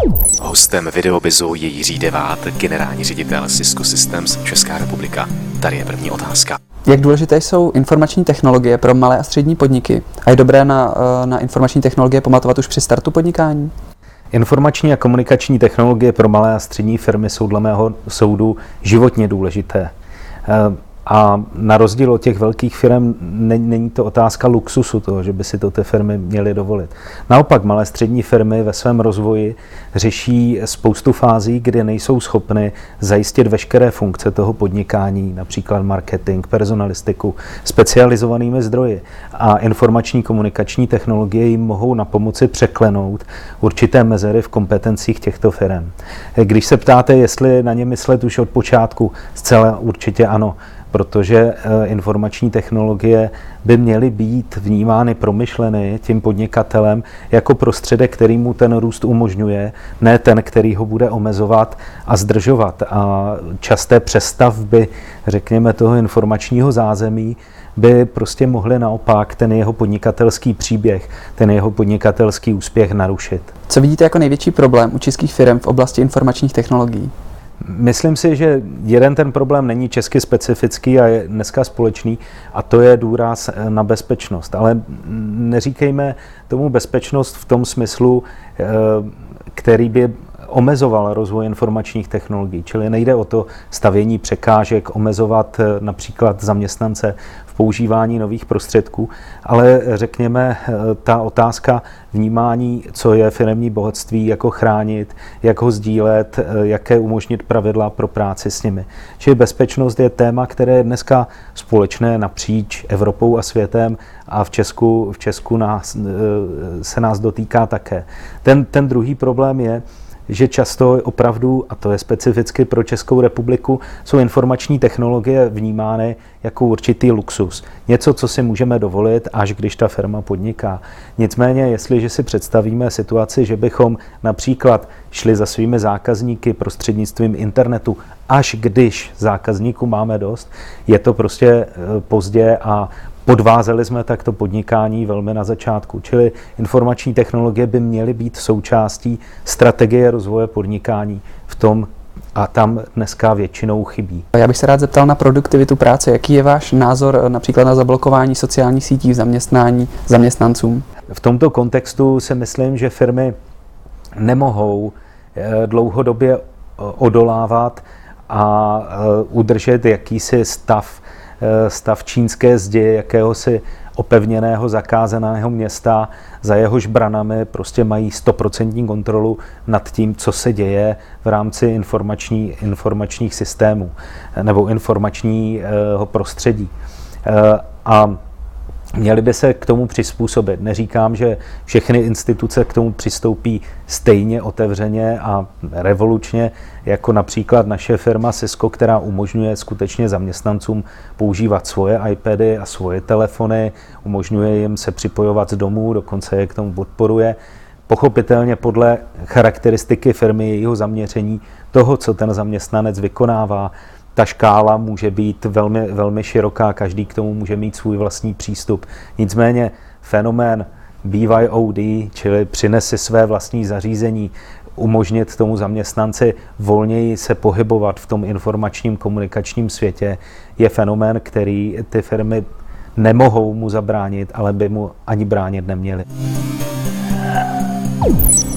Hostem Videobizu je Jiří Devát, generální ředitel Cisco Systems Česká republika. Tady je první otázka. Jak důležité jsou informační technologie pro malé a střední podniky? A je dobré na informační technologie pamatovat už při startu podnikání? Informační a komunikační technologie pro malé a střední firmy jsou dle mého soudu životně důležité. A na rozdíl od těch velkých firm není to otázka luxusu toho, že by si to ty firmy měly dovolit. Naopak malé střední firmy ve svém rozvoji řeší spoustu fází, kdy nejsou schopny zajistit veškeré funkce toho podnikání, například marketing, personalistiku, specializovanými zdroji. A informační komunikační technologie jim mohou napomoci překlenout určité mezery v kompetencích těchto firm. Když se ptáte, jestli na ně myslet už od počátku, zcela určitě ano. Protože informační technologie by měly být vnímány, promyšleny tím podnikatelem jako prostředek, který mu ten růst umožňuje, ne ten, který ho bude omezovat a zdržovat. A časté přestavby, řekněme, toho informačního zázemí by prostě mohly naopak ten jeho podnikatelský příběh, ten jeho podnikatelský úspěch narušit. Co vidíte jako největší problém u českých firm v oblasti informačních technologií? Myslím si, že jeden ten problém není česky specifický a je dneska společný, a to je důraz na bezpečnost. Ale neříkejme tomu bezpečnost v tom smyslu, který by omezoval rozvoj informačních technologií. Čili nejde o to stavění překážek, omezovat například zaměstnance v používání nových prostředků, ale řekněme ta otázka vnímání, co je firemní bohatství, jak ho chránit, jak ho sdílet, jaké umožnit pravidla pro práci s nimi. Čili bezpečnost je téma, které je dneska společné napříč Evropou a světem a v Česku se nás dotýká také. Ten druhý problém je, že často opravdu, a to je specificky pro Českou republiku, jsou informační technologie vnímány jako určitý luxus. Něco, co si můžeme dovolit, až když ta firma podniká. Nicméně, jestliže si představíme situaci, že bychom například šli za svými zákazníky prostřednictvím internetu, až když zákazníků máme dost, je to prostě pozdě a podvázeli jsme takto podnikání velmi na začátku. Čili informační technologie by měly být součástí strategie rozvoje podnikání v tom, a tam dneska většinou chybí. Já bych se rád zeptal na produktivitu práce. Jaký je váš názor například na zablokování sociálních sítí v zaměstnání zaměstnancům? V tomto kontextu si myslím, že firmy nemohou dlouhodobě odolávat a udržet jakýsi stav čínské zdi, jakéhosi opevněného, zakázaného města, za jehož branami prostě mají 100% kontrolu nad tím, co se děje v rámci informačních systémů nebo informačního prostředí. A měli by se k tomu přizpůsobit. Neříkám, že všechny instituce k tomu přistoupí stejně otevřeně a revolučně, jako například naše firma Cisco, která umožňuje skutečně zaměstnancům používat svoje iPady a svoje telefony, umožňuje jim se připojovat z domů, dokonce je k tomu podporuje. Pochopitelně podle charakteristiky firmy, jejího zaměření, toho, co ten zaměstnanec vykonává, ta škála může být velmi, velmi široká, každý k tomu může mít svůj vlastní přístup. Nicméně fenomén BYOD, čili přines si své vlastní zařízení, umožnit tomu zaměstnanci volněji se pohybovat v tom informačním komunikačním světě, je fenomén, který ty firmy nemohou mu zabránit, ale by mu ani bránit neměly.